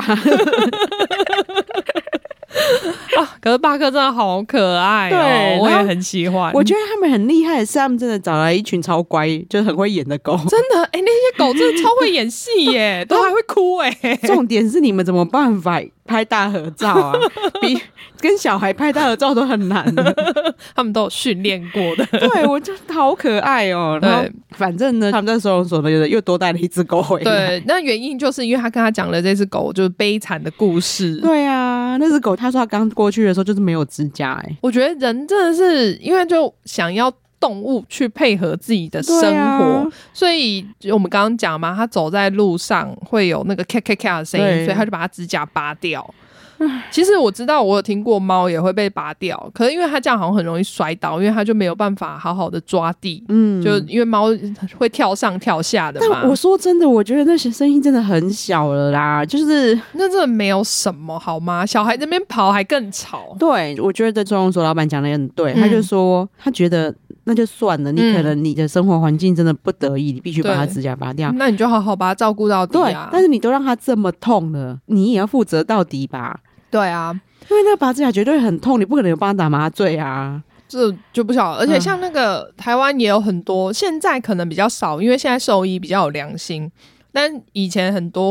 啊！可是巴哥真的好可爱、哦，对，我也很喜欢。 我觉得他们很厉害的是，他们真的找来一群超乖，就是很会演的狗。 真的，哎、欸，那些狗真的超会演戏耶，都还会哭哎。 重点是你们怎么办法拍大合照啊？比跟小孩拍大合照都很难的， 他们都有训练过的。 对，我就好可爱哦。对，反正呢，他们在收容所呢又多带了一只狗回来。 对，那原因就是因为他跟他讲了这只狗就是悲惨的故事。 对啊，那只狗他说他刚过去的时候就是没有指甲哎、欸。 我觉得人真的是因为就想要动物去配合自己的生活，啊、所以我们刚刚讲嘛，他走在路上会有那个咔咔咔的声音，所以他就把他指甲拔掉。其实我知道，我有听过猫也会被拔掉，可是因为它这样好像很容易摔倒，因为它就没有办法好好的抓地，嗯，就因为猫会跳上跳下的嘛。 但我说真的，我觉得那些声音真的很小了啦，就是那真的没有什么好吗？小孩那边跑还更吵。 对，我觉得收容所老板讲的也很对，嗯、他就说他觉得那就算了，你可能你的生活环境真的不得已，你必须把它指甲拔掉， 那你就好好把它照顾到底啊。 对，但是你都让它这么痛了，你也要负责到底吧。 对啊， 因为那拔指甲绝对很痛，你不可能有帮他打麻醉啊， 这就不晓得。而且像那个、嗯、台湾也有很多，现在可能比较少，因为现在兽医比较有良心，但以前很多会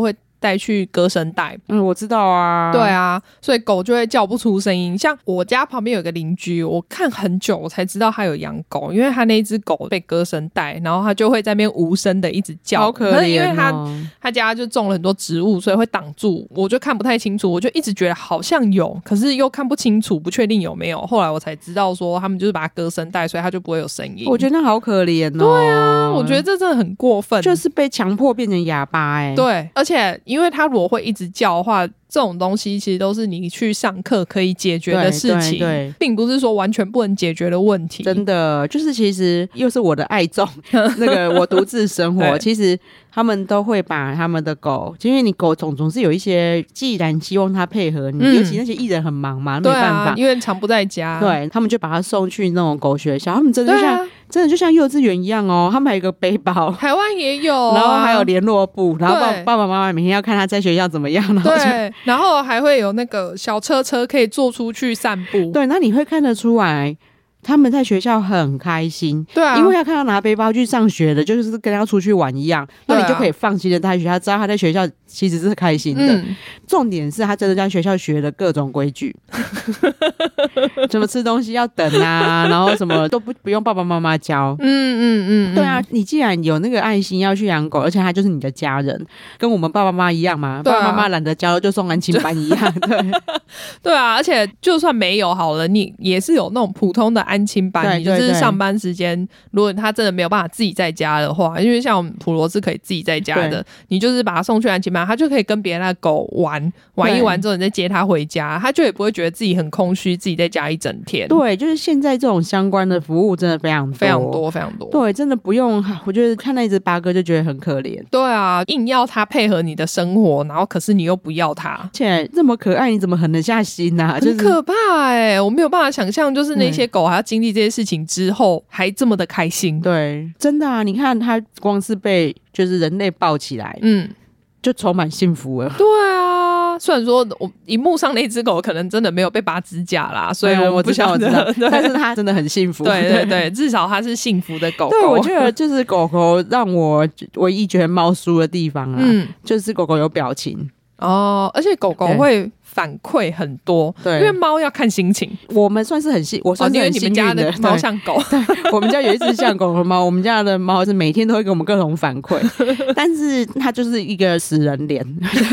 带去割声带。 嗯，我知道啊。 对啊，所以狗就会叫不出声音。像我家旁边有个邻居，我看很久我才知道他有养狗，因为他那只狗被割声带，然后他就会在那边无声的一直叫， 好可怜哦。 可是因为他他家就种了很多植物，所以会挡住，我就看不太清楚，我就一直觉得好像有，可是又看不清楚，不确定有没有。后来我才知道说他们就是把它割声带，所以它就不会有声音。 我觉得那好可怜哦。 对啊，我觉得这真的很过分， 就是被强迫变成哑巴哎、欸。 对，而且因为它如果会一直叫的话，这种东西其实都是你去上课可以解决的事情，对对对，并不是说完全不能解决的问题。 真的，就是其实又是我的爱众，那个我独自生活，其实他们都会把他们的狗，因为你狗总总是有一些，既然希望它配合你，嗯、尤其那些艺人很忙嘛，没办法， 对啊，因为常不在家， 对他们就把它送去那种狗学校，他们真的就像、啊、真的就像幼稚园一样哦，他们还有一个背包， 台湾也有、啊， 然后还有联络簿，然后爸爸爸妈妈每天要看他在学校怎么样，然后对，然后还会有那个小车车可以坐出去散步， 对，那你会看得出来。他们在学校很开心， 对啊， 因为他看到拿背包去上学的，就是跟他出去玩一样，那、啊、你就可以放心的在学校，知道他在学校其实是开心的。嗯、重点是他真的在学校学了各种规矩，怎么吃东西要等啊，然后什么都不不用爸爸妈妈教。嗯嗯嗯，对啊，你既然有那个爱心要去养狗，而且他就是你的家人，跟我们爸爸妈妈一样嘛，啊、爸爸妈妈懒得教就送安亲班一样。对对啊，而且就算没有好了，你也是有那种普通的安。安亲班，你就是上班时间，如果他真的没有办法自己在家的话，因为像我们普罗是可以自己在家的，你就是把他送去安亲班，他就可以跟别的狗玩玩一玩之后，你再接他回家，他就也不会觉得自己很空虚，自己在家一整天。 对，就是现在这种相关的服务真的非常多非常多非常多。 对，真的不用，我觉得看那一只八哥就觉得很可怜。 对啊，硬要他配合你的生活，然后可是你又不要他， 而且这么可爱，你怎么狠得下心啊？ 很可怕哎、欸！我没有办法想象，就是那些狗还要经历这些事情之后还这么的开心。 对，真的啊，你看它光是被就是人类抱起来，嗯，就充满幸福了。 对啊，虽然说我荧幕上那只狗可能真的没有被拔指甲啦，所以我不晓得， 我知道但是它真的很幸福。 对对对，至少它是幸福的狗狗。 对，我觉得就是狗狗让我唯一觉得猫输的地方啊，嗯，就是狗狗有表情哦，而且狗狗会反馈很多，对，因为猫要看心情。 我们算是很幸，我算是很幸运的。 哦、你们家的猫像狗， 对，我们家有一只像狗的猫，我们家的猫是每天都会给我们各种反馈，但是它就是一个死人脸。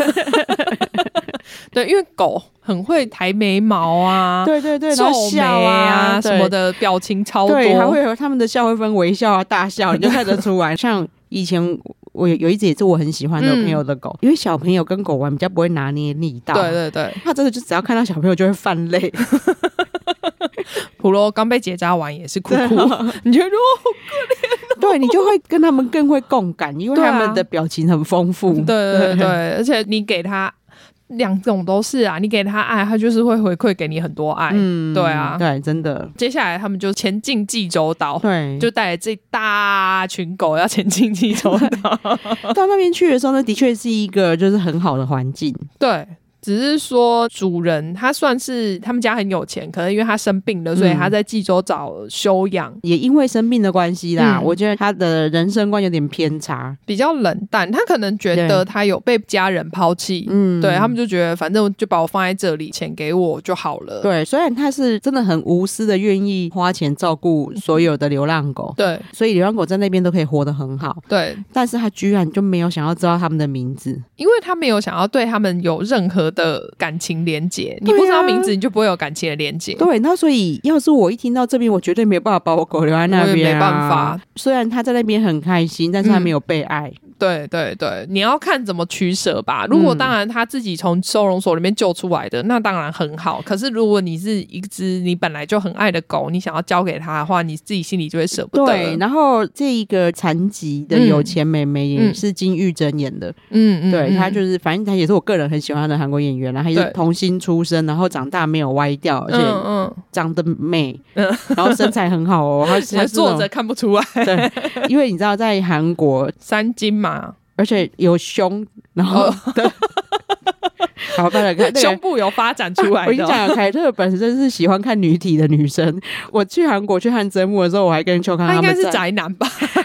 对，因为狗很会抬眉毛啊， 对对对， 皱眉啊什么的，表情超多， 对，还会有他们的笑会分微笑啊、大笑，你就看得出来。像以前我有一只也是我很喜欢的朋友的狗，嗯、因为小朋友跟狗玩比较不会拿捏力道， 对对对， 他真的就只要看到小朋友就会泛泪。 普罗刚被结扎完也是哭哭，啊、你觉得哦好可怜哦， 对你就会跟他们更会共感，因为他们的表情很丰富。 对对 对, 对，而且你给他。两种都是啊，你给他爱，他就是会回馈给你很多爱。嗯，对啊， 对，真的。 接下来他们就前进济州岛， 对， 就带着这大群狗要前进济州岛。 到那边去的时候呢，的确是一个就是很好的环境。 对。只是说主人他算是他们家很有钱，可能因为他生病了，所以他在济州岛休养、嗯、 也因为生病的关系啦、嗯、我觉得他的人生观有点偏差， 比较冷淡，他可能觉得他有被家人抛弃，嗯，对，他们就觉得反正就把我放在这里，钱给我就好了。 对，虽然他是真的很无私的愿意花钱照顾所有的流浪狗， 对， 所以流浪狗在那边都可以活得很好， 对， 但是他居然就没有想要知道他们的名字， 因为他没有想要对他们有任何的感情连结，你不知道名字你就不会有感情的连结。 对，那所以要是我一听到这边，我绝对没有办法把我狗留在那边、啊、我也没办法。 虽然他在那边很开心，但是他没有被爱、嗯、 对对对，你要看怎么取舍吧。如果当然他自己从收容所里面救出来的、嗯、那当然很好，可是如果你是一只你本来就很爱的狗，你想要交给他的话，你自己心里就会舍不得。 对，然后这一个残疾的有钱妹妹也是金玉珍演的，嗯嗯，对，她就是反正她也是我个人很喜欢的韩国演员啦，她也是童星出身，然后长大没有歪掉，而且长得美，嗯嗯、然后身材很好哦，她她坐着看不出来， 对，因为你知道在韩国三金嘛， 而且有胸，然后、哦、对。好，大家看、那個、 胸部有发展出来的、哦。 我跟你讲，凯特本身是喜欢看女体的女生。我去韩国去看真幕的时候，我还跟秋康他们在， 他应该是宅男吧？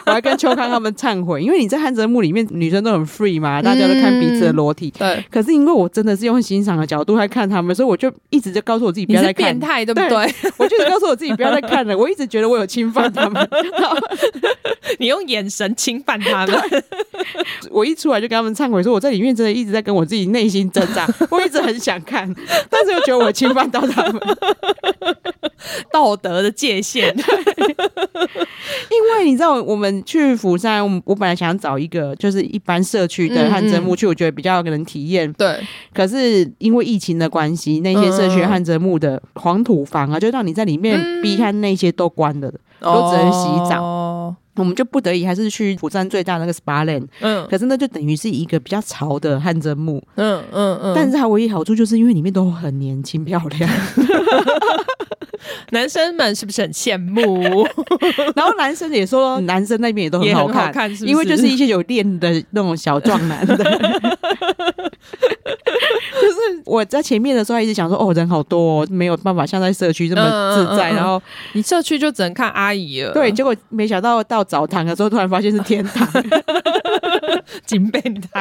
我还跟秋康他们忏悔，因为你在汗蒸幕里面女生都很 free 嘛，大家都看彼此的裸体、 嗯、对， 可是因为我真的是用欣赏的角度在看他们，所以我就一直就告诉我自己不要再看， 你是变态对不对？ 对，我就一直告诉我自己不要再看了，我一直觉得我有侵犯他们你用眼神侵犯他们我一出来就跟他们忏悔说我在里面真的一直在跟我自己内心挣扎我一直很想看，但是又觉得我侵犯到他们道德的界限因为你知道我们去釜山，我本来想找一个就是一般社区的汗蒸幕去、嗯嗯、我觉得比较能体验，对，可是因为疫情的关系，那些社区汗蒸幕的黄土房啊，就让你在里面逼汗那些都关了、嗯、都只能洗澡、哦，我们就不得已还是去釜山最大的那个 Spa Land， 嗯，可是那就等于是一个比较潮的汗蒸幕，嗯嗯嗯，但是它唯一好处就是因为里面都很年轻漂亮男生们是不是很羡慕然后男生也说男生那边也都很好看，也很好看是不是？因为就是一些有练的那种小壮男的就是我在前面的时候一直想说哦人好多哦，没有办法像在社区这么自在、嗯嗯嗯、然后你社区就只能看阿姨了， 对，结果没想到到澡堂的时候突然发现是天堂金变态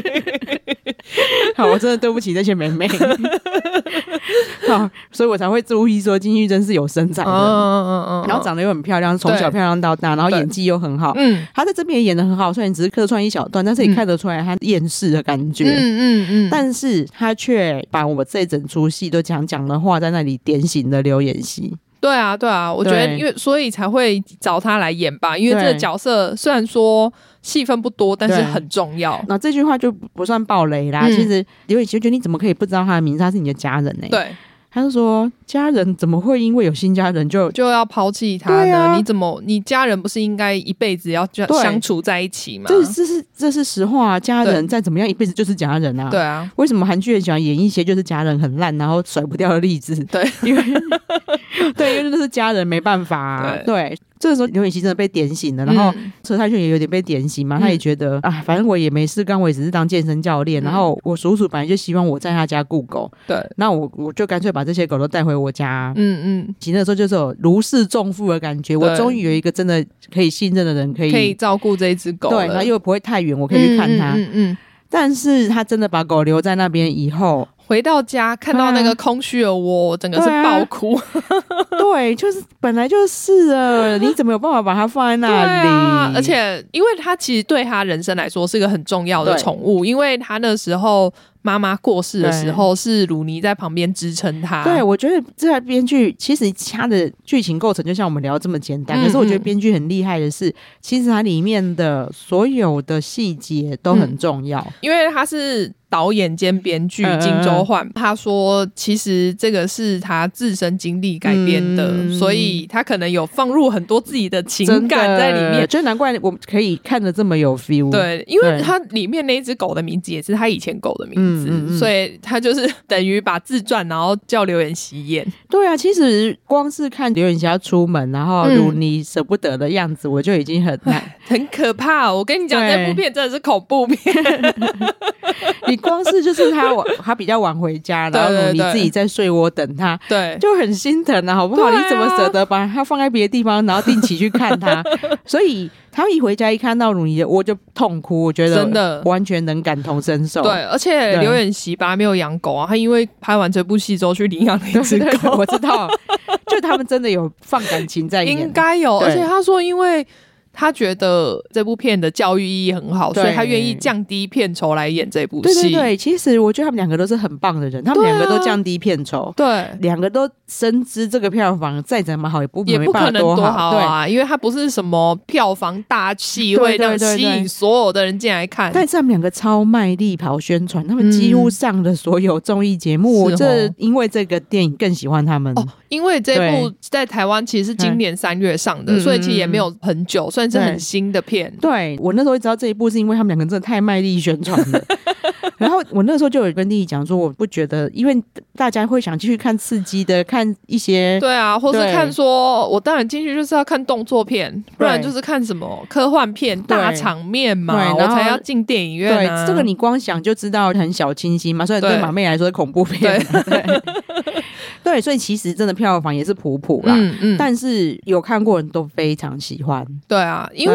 好，我真的对不起那些妹妹好，所以我才会注意说金玉珍是有身材的，嗯嗯嗯，然后长得又很漂亮，从小漂亮到大，然后演技又很好，嗯，她在这边也演得很好，虽然只是客串一小段，但是也看得出来她厌世的感觉，嗯嗯嗯，但是她却把我这整出戏都讲讲的话在那里点醒了刘演熙。 对啊对啊，我觉得因为所以才会找他来演吧，因为这个角色虽然说戏份不多，但是很重要。 那这句话就不算爆雷啦、嗯、其实刘演熙觉得你怎么可以不知道他的名字，他是你的家人呢、欸？对，他就说家人怎么会因为有新家人就就要抛弃他呢、啊、你怎么你家人不是应该一辈子要相处在一起吗？ 这这是这是实话、啊、家人再怎么样一辈子就是家人啊。对啊，为什么韩剧很喜欢演一些就是家人很烂然后甩不掉的例子？对，因为对，因为那是家人没办法、啊、对, 对这个时候刘演熙真的被点醒了，然后车太铉也有点被点醒嘛、嗯、他也觉得啊，反正我也没事干，我也只是当健身教练、嗯、然后我叔叔本来就希望我在他家顾狗，对，那我我就干脆把这些狗都带回我家，嗯嗯，其实那时候就是有如释重负的感觉，我终于有一个真的可以信任的人可以可以照顾这一只狗了， 对，然后又不会太远，我可以去看它，嗯嗯 嗯, 嗯但是他真的把狗留在那边以后回到家看到那个空虚的窝、啊、整个是爆哭对,、啊、对，就是本来就是了你怎么有办法把它放在那里、 啊、而且因为他其实对他人生来说是一个很重要的宠物，因为他那时候妈妈过世的时候是鲁尼在旁边支撑他。 对，我觉得这个编剧其实他的剧情构成就像我们聊这么简单、嗯、可是我觉得编剧很厉害的是其实它里面的所有的细节都很重要、嗯、 因为他是导演兼编剧金周焕、嗯、他说其实这个是他自身经历改编的、嗯、所以他可能有放入很多自己的情感在里面， 就难怪我可以看得这么有 feel。 对，因为他里面那一只狗的名字也是他以前狗的名字、嗯嗯嗯、所以他就是等于把自传然后叫刘演熙演。 对啊，其实光是看刘演熙要出门然后如你舍不得的样子、嗯、我就已经很很可怕。我跟你讲这部片真的是恐怖片你光是就是他他比较晚回家，然后你自己在睡窝等他，对，就很心疼啊，好不好、啊、你怎么舍得把他放在别的地方然后定期去看他所以他一回家一看到鲁尼的窝就痛哭，我觉得真的完全能感同身受。 对，而且刘演熙本来没有养狗啊，他因为拍完这部戏之后去领养了一只狗我知道就他们真的有放感情在演， 应该有。而且他说因为他觉得这部片的教育意义很好，所以他愿意降低片酬来演这部戏。 对对对，其实我觉得他们两个都是很棒的人，他们两个都降低片酬，对，两个都深知这个票房再怎么好也不也不可能多好啊，因为它不是什么票房大戏会让吸引所有的人进来看。 但是他们两个超卖力跑宣传，他们几乎上了所有综艺节目、嗯、我这因为这个电影更喜欢他们哦， 因为这部在台湾其实是今年三月上的、嗯、所以其实也没有很久，算是很新的片。 对, 对，我那时候知道这一部是因为他们两个真的太卖力宣传了然后我那时候就有跟弟弟讲说我不觉得，因为大家会想继续看刺激的，看一些对啊，或是看说我当然进去就是要看动作片，不然就是看什么科幻片大场面嘛，我才要进电影院啊。 对，这个你光想就知道很小清新嘛，所以对马妹来说是恐怖片。对对对，所以其实真的票房也是普普啦、嗯嗯、但是有看过人都非常喜欢。 对啊，因为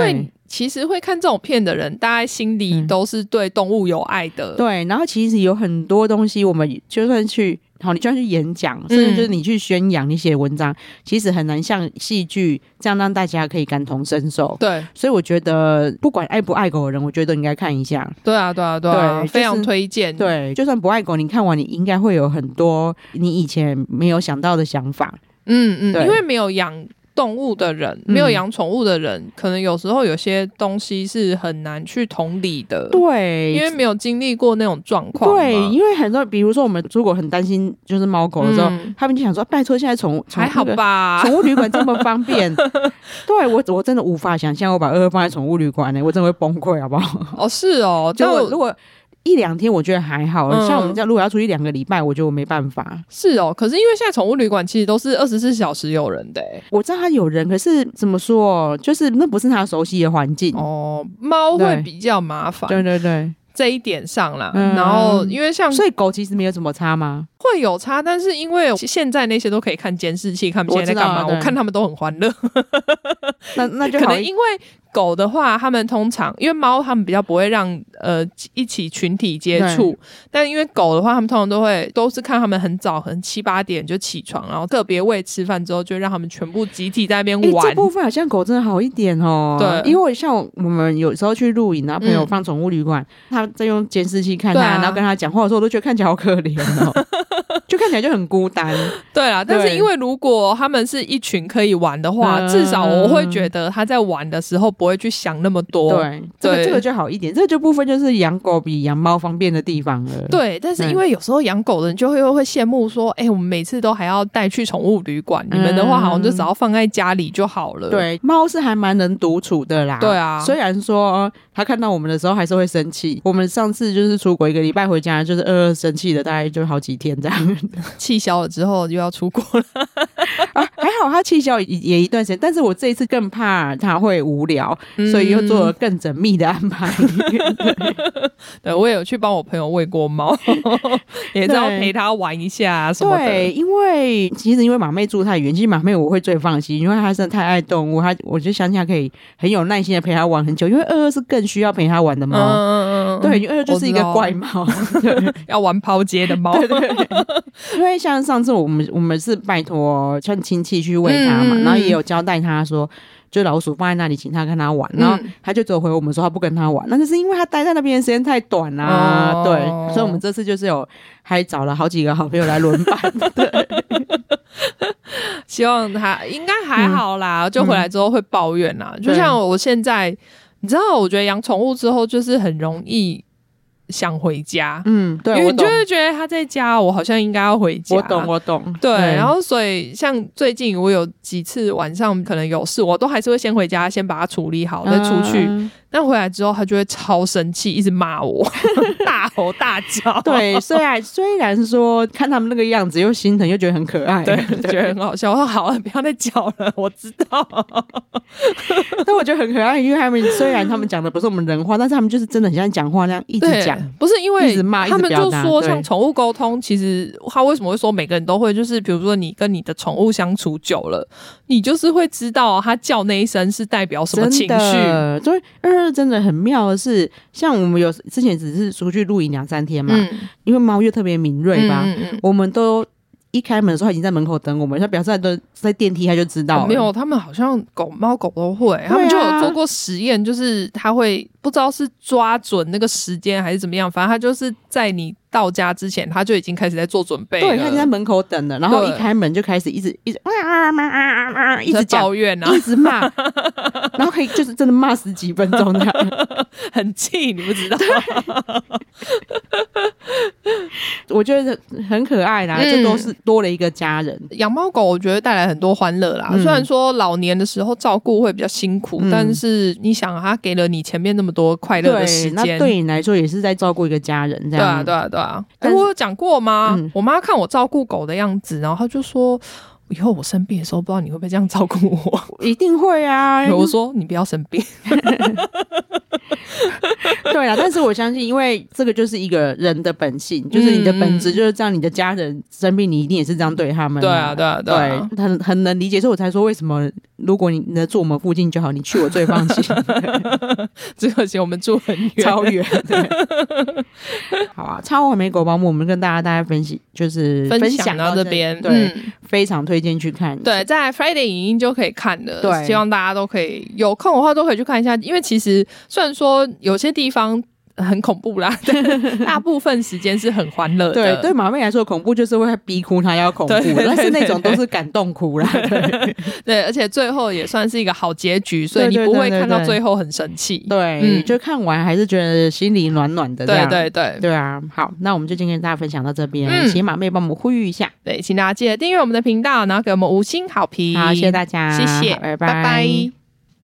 其实会看这种片的人大概心里都是对动物有爱的、 嗯、对，然后其实有很多东西我们就算去好，你就算去演讲，甚至就是你去宣扬、嗯、你写文章，其实很难像戏剧这样让大家可以感同身受。 对， 所以我觉得不管爱不爱狗的人，我觉得应该看一下。 对啊对啊对啊，对，非常推荐、 就是、对，就算不爱狗，你看完你应该会有很多你以前没有想到的想法。 嗯嗯，因为没有养动物的人，没有养宠物的人、嗯、可能有时候有些东西是很难去同理的。 对， 因为没有经历过那种状况。 对，因为很多比如说我们如果很担心就是猫狗的时候、嗯、他们就想说拜托现在宠物还好吧， 宠物旅馆这么方便对，我我真的无法想象我把二二放在宠物旅馆呢、欸，我真的会崩溃好不好。 哦是哦， 就我如果一两天我觉得还好、嗯、像我们家如果要出去两个礼拜我觉得我没办法。 是哦，可是因为现在宠物旅馆其实都是二十四小时有人的、欸、 我知道他有人，可是怎么说就是那不是他熟悉的环境哦，猫会比较麻烦。 对对对， 这一点上啦、嗯、然后因为像所以狗其实没有什么差吗？ 会有差，但是因为现在那些都可以看监视器看现在在干嘛， 我, 我看他们都很欢乐那那就好， 可能因为狗的话他们通常因为猫他们比较不会让呃一起群体接触，但因为狗的话他们通常都会都是看他们很早可能七八点就起床，然后特别喂吃饭之后就让他们全部集体在那边玩、 欸、这部分好像狗真的好一点哦。对，因为像我们有时候去露营，然后朋友放宠物旅馆、嗯、他在用监视器看他、啊、然后跟他讲话的时候我都觉得看起来好可怜哦就看起来就很孤单。 对啦，但是因为如果他们是一群可以玩的话、嗯、至少我会觉得他在玩的时候不会去想那么多。 对, 对，这个这个就好一点，这个就部分就是养狗比养猫方便的地方了。 对，但是因为有时候养狗的人就会会羡慕说哎、欸，我们每次都还要带去宠物旅馆、嗯、你们的话好像就只要放在家里就好了。 对，猫是还蛮能独处的啦。 对啊， 虽然说他看到我们的时候还是会生气，我们上次就是出国一个礼拜回家就是二二生气了大概就好几天这样气消了之后又要出国了啊，还好他气消 也, 也一段时间，但是我这一次更怕他会无聊、嗯、所以又做了更缜密的安排对, 对，我也有去帮我朋友喂过猫也是要陪他玩一下、啊、什么的。 对，因为其实因为马妹住太远，其实马妹我会最放心，因为她真的太爱动物，她我就相信她可以很有耐心的陪她玩很久，因为二二是更需要陪她玩的猫。嗯嗯，对，因为二二就是一个怪猫要玩抛接的猫对对对，因为像上次我们我们是拜托像亲戚去喂它嘛、嗯、然后也有交代他说就老鼠放在那里请他跟他玩、嗯、然后他就走回我们说他不跟他玩，那就是因为他待在那边的时间太短啦、啊哦、对，所以我们这次就是有还找了好几个好朋友来轮班对希望他应该还好啦、嗯、就回来之后会抱怨啦、嗯、就像我现在你知道我觉得养宠物之后就是很容易想回家。嗯，对，因为你就会觉得他在家我好像应该要回家。 我懂我懂。 对，然后所以像最近我有几次晚上可能有事我都还是会先回家先把它处理好再出去、嗯、但回来之后他就会超生气一直骂我大吼大叫。 对，虽然虽然说看他们那个样子又心疼又觉得很可爱， 对，觉得很好笑。我说好了不要再叫了我知道但我觉得很可爱，因为他们虽然他们讲的不是我们人话，但是他们就是真的很像讲话那样一直讲， 不是因为他们就说像宠物沟通其实他为什么会说每个人都会，就是比如说你跟你的宠物相处久了你就是会知道他叫那一声是代表什么情绪。 所以二真的很妙的是像我们有之前只是出去露营两三天嘛、嗯、因为猫又特别敏锐吧、嗯嗯嗯、我们都一开门的时候他已经在门口等我们，他表示他都在电梯他就知道了、哦、 没有，他们好像狗猫狗都会、啊、他们就有做过实验，就是他会不知道是抓准那个时间还是怎么样，反正他就是在你到家之前他就已经开始在做准备了。 对，他已经在门口等了，然后一开门就开始一直一直一直抱怨啊， 一直骂然后可以就是真的骂十几分钟这样很气你不知道我觉得很可爱啦、嗯、这都是多了一个家人。 养猫狗我觉得带来很多欢乐啦、嗯、虽然说老年的时候照顾会比较辛苦、嗯、但是你想他给了你前面那么多快乐的时间， 那对你来说也是在照顾一个家人这样。 对啊对啊对啊。欸、我有讲过吗、嗯、我妈看我照顾狗的样子然后她就说以后我生病的时候不知道你会不会这样照顾我。 一定会啊。 我说你不要生病对啊，但是我相信因为这个就是一个人的本性，就是你的本质就是这样，你的家人生病你一定也是这样对他们、啊、 对啊对啊对啊， 对，很很能理解，所以我才说为什么如果你能住我们附近就好，你去我最放心。 只可惜我们住很远， 超远。好啊，超完美狗保姆，我们跟大家大家分析，就是分享到这边， 对、嗯，非常推荐去看。 对，在 Friday 影音就可以看了。 对， 希望大家都可以有空的话都可以去看一下，因为其实虽然说有些地方很恐怖啦，大部分时间是很欢乐的。 对，对马妹来说，恐怖就是会逼哭她要恐怖，但是那种都是感动哭啦。对, 对，而且最后也算是一个好结局，所以你不会看到最后很生气。 对，嗯、就看完还是觉得心里暖暖的这样。 对对对， 对啊。好，那我们就今天跟大家分享到这边，嗯、请马妹帮我们呼吁一下。 对，请大家记得订阅我们的频道，然后给我们五星好评。 好，谢谢大家， 谢谢， 拜拜。 拜拜。